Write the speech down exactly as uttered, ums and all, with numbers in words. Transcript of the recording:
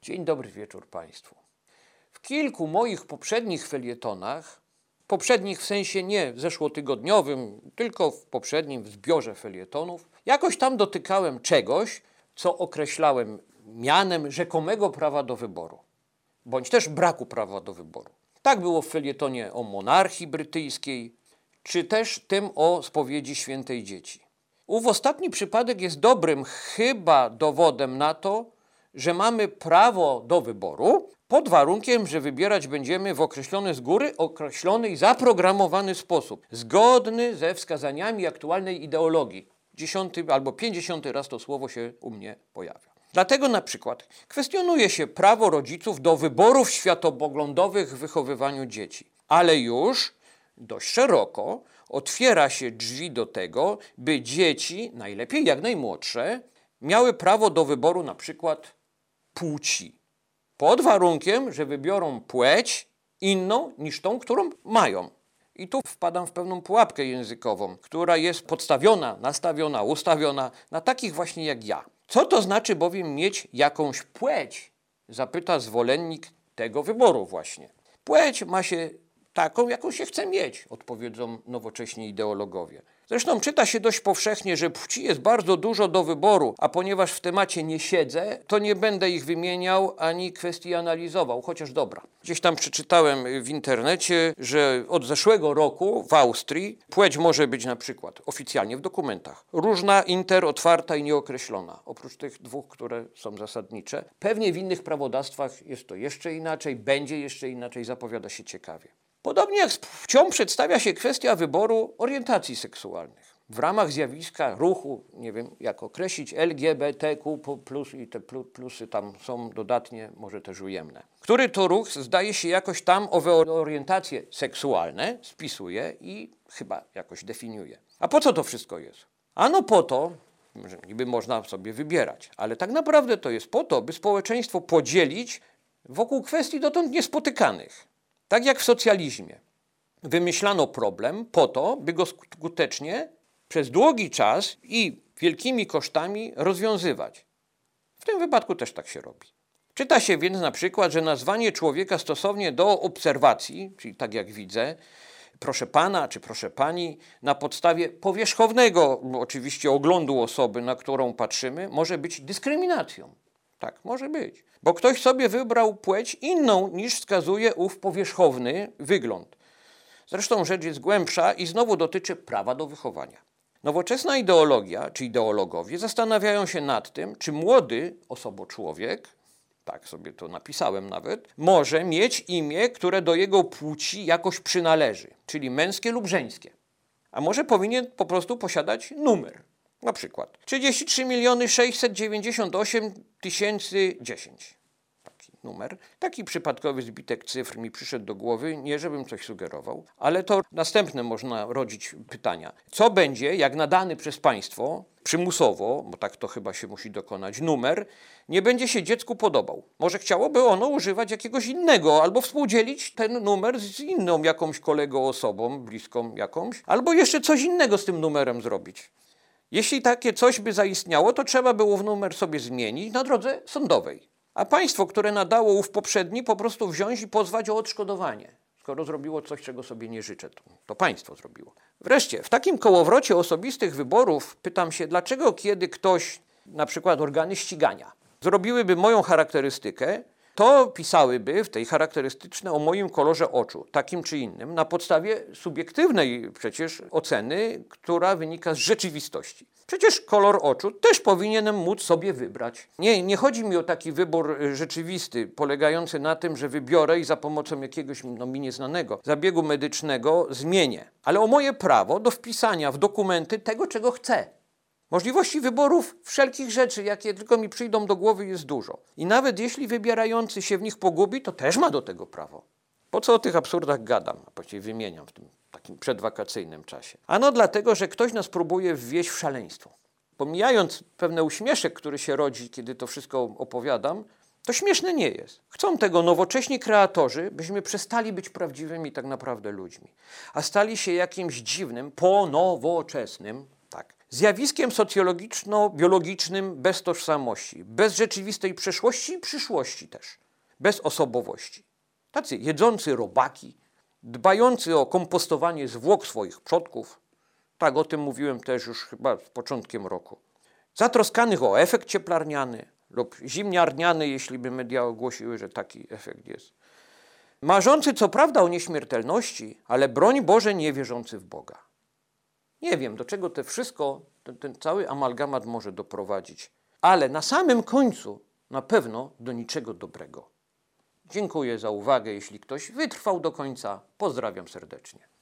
Dzień dobry wieczór Państwu. W kilku moich poprzednich felietonach, poprzednich w sensie nie zeszłotygodniowym, tylko w poprzednim zbiorze felietonów, jakoś tam dotykałem czegoś, co określałem mianem rzekomego prawa do wyboru, bądź też braku prawa do wyboru. Tak było w felietonie o monarchii brytyjskiej, czy też tym o spowiedzi świętej dzieci. Ów ostatni przypadek jest dobrym chyba dowodem na to, że mamy prawo do wyboru pod warunkiem, że wybierać będziemy w określony z góry, określony i zaprogramowany sposób, zgodny ze wskazaniami aktualnej ideologii. Dziesiąty albo pięćdziesiąty raz to słowo się u mnie pojawia. Dlatego na przykład kwestionuje się prawo rodziców do wyborów światopoglądowych w wychowywaniu dzieci, ale już dość szeroko otwiera się drzwi do tego, by dzieci, najlepiej jak najmłodsze, miały prawo do wyboru na przykład płci. Pod warunkiem, że wybiorą płeć inną niż tą, którą mają. I tu wpadam w pewną pułapkę językową, która jest podstawiona, nastawiona, ustawiona na takich właśnie jak ja. Co to znaczy bowiem mieć jakąś płeć? Zapyta zwolennik tego wyboru właśnie. Płeć ma się taką, jaką się chce mieć, odpowiedzą nowocześni ideologowie. Zresztą czyta się dość powszechnie, że płci jest bardzo dużo do wyboru, a ponieważ w temacie nie siedzę, to nie będę ich wymieniał ani kwestii analizował, chociaż dobra. Gdzieś tam przeczytałem w internecie, że od zeszłego roku w Austrii płeć może być na przykład oficjalnie w dokumentach różna, inter, otwarta i nieokreślona. Oprócz tych dwóch, które są zasadnicze. Pewnie w innych prawodawstwach jest to jeszcze inaczej, będzie jeszcze inaczej, zapowiada się ciekawie. Podobnie jak z płcią przedstawia się kwestia wyboru orientacji seksualnych. W ramach zjawiska ruchu, nie wiem jak określić, L G B T Q plus i te plusy tam są dodatnie, może też ujemne. Który to ruch zdaje się jakoś tam owe orientacje seksualne spisuje i chyba jakoś definiuje. A po co to wszystko jest? Ano po to, że niby można sobie wybierać, ale tak naprawdę to jest po to, by społeczeństwo podzielić wokół kwestii dotąd niespotykanych. Tak jak w socjalizmie. Wymyślano problem po to, by go skutecznie przez długi czas i wielkimi kosztami rozwiązywać. W tym wypadku też tak się robi. Czyta się więc na przykład, że nazwanie człowieka stosownie do obserwacji, czyli tak jak widzę, proszę pana czy proszę pani, na podstawie powierzchownego oczywiście oglądu osoby, na którą patrzymy, może być dyskryminacją. Tak, może być. Bo ktoś sobie wybrał płeć inną niż wskazuje ów powierzchowny wygląd. Zresztą rzecz jest głębsza i znowu dotyczy prawa do wychowania. Nowoczesna ideologia, czy ideologowie zastanawiają się nad tym, czy młody osoboczłowiek, tak sobie to napisałem nawet, może mieć imię, które do jego płci jakoś przynależy, czyli męskie lub żeńskie. A może powinien po prostu posiadać numer. Na przykład trzydzieści trzy miliony sześćset dziewięćdziesiąt osiem tysięcy dziesięć. Taki numer. Taki przypadkowy zbitek cyfr mi przyszedł do głowy, nie żebym coś sugerował, ale to następne można rodzić pytania. Co będzie, jak nadany przez państwo przymusowo, bo tak to chyba się musi dokonać, numer nie będzie się dziecku podobał? Może chciałoby ono używać jakiegoś innego, albo współdzielić ten numer z inną jakąś kolegą osobą, bliską jakąś, albo jeszcze coś innego z tym numerem zrobić. Jeśli takie coś by zaistniało, to trzeba było w numer sobie zmienić na drodze sądowej. A państwo, które nadało ów poprzedni, po prostu wziąć i pozwać o odszkodowanie. Skoro zrobiło coś, czego sobie nie życzę, to, to państwo zrobiło. Wreszcie, w takim kołowrocie osobistych wyborów pytam się, dlaczego kiedy ktoś, na przykład organy ścigania, zrobiłyby moją charakterystykę, to pisałyby w tej charakterystyczne o moim kolorze oczu, takim czy innym, na podstawie subiektywnej przecież oceny, która wynika z rzeczywistości. Przecież kolor oczu też powinienem móc sobie wybrać. Nie, nie chodzi mi o taki wybór rzeczywisty, polegający na tym, że wybiorę i za pomocą jakiegoś no, mi nieznanego zabiegu medycznego zmienię. Ale o moje prawo do wpisania w dokumenty tego, czego chcę. Możliwości wyborów wszelkich rzeczy, jakie tylko mi przyjdą do głowy, jest dużo. I nawet jeśli wybierający się w nich pogubi, to też ma do tego prawo. Po co o tych absurdach gadam? A właściwie wymieniam w tym takim przedwakacyjnym czasie. Ano dlatego, że ktoś nas próbuje wwieść w szaleństwo. Pomijając pewne uśmieszek, który się rodzi, kiedy to wszystko opowiadam, to śmieszne nie jest. Chcą tego nowocześni kreatorzy, byśmy przestali być prawdziwymi tak naprawdę ludźmi, a stali się jakimś dziwnym, ponowoczesnym, tak, zjawiskiem socjologiczno-biologicznym bez tożsamości, bez rzeczywistej przeszłości i przyszłości też, bez osobowości. Tacy jedzący robaki, dbający o kompostowanie zwłok swoich przodków, tak o tym mówiłem też już chyba z początkiem roku, zatroskanych o efekt cieplarniany lub zimniarniany, jeśli by media ogłosiły, że taki efekt jest. Marzący co prawda o nieśmiertelności, ale broń Boże nie wierzący w Boga. Nie wiem, do czego to wszystko, ten, ten cały amalgamat może doprowadzić, ale na samym końcu na pewno do niczego dobrego. Dziękuję za uwagę. Jeśli ktoś wytrwał do końca, pozdrawiam serdecznie.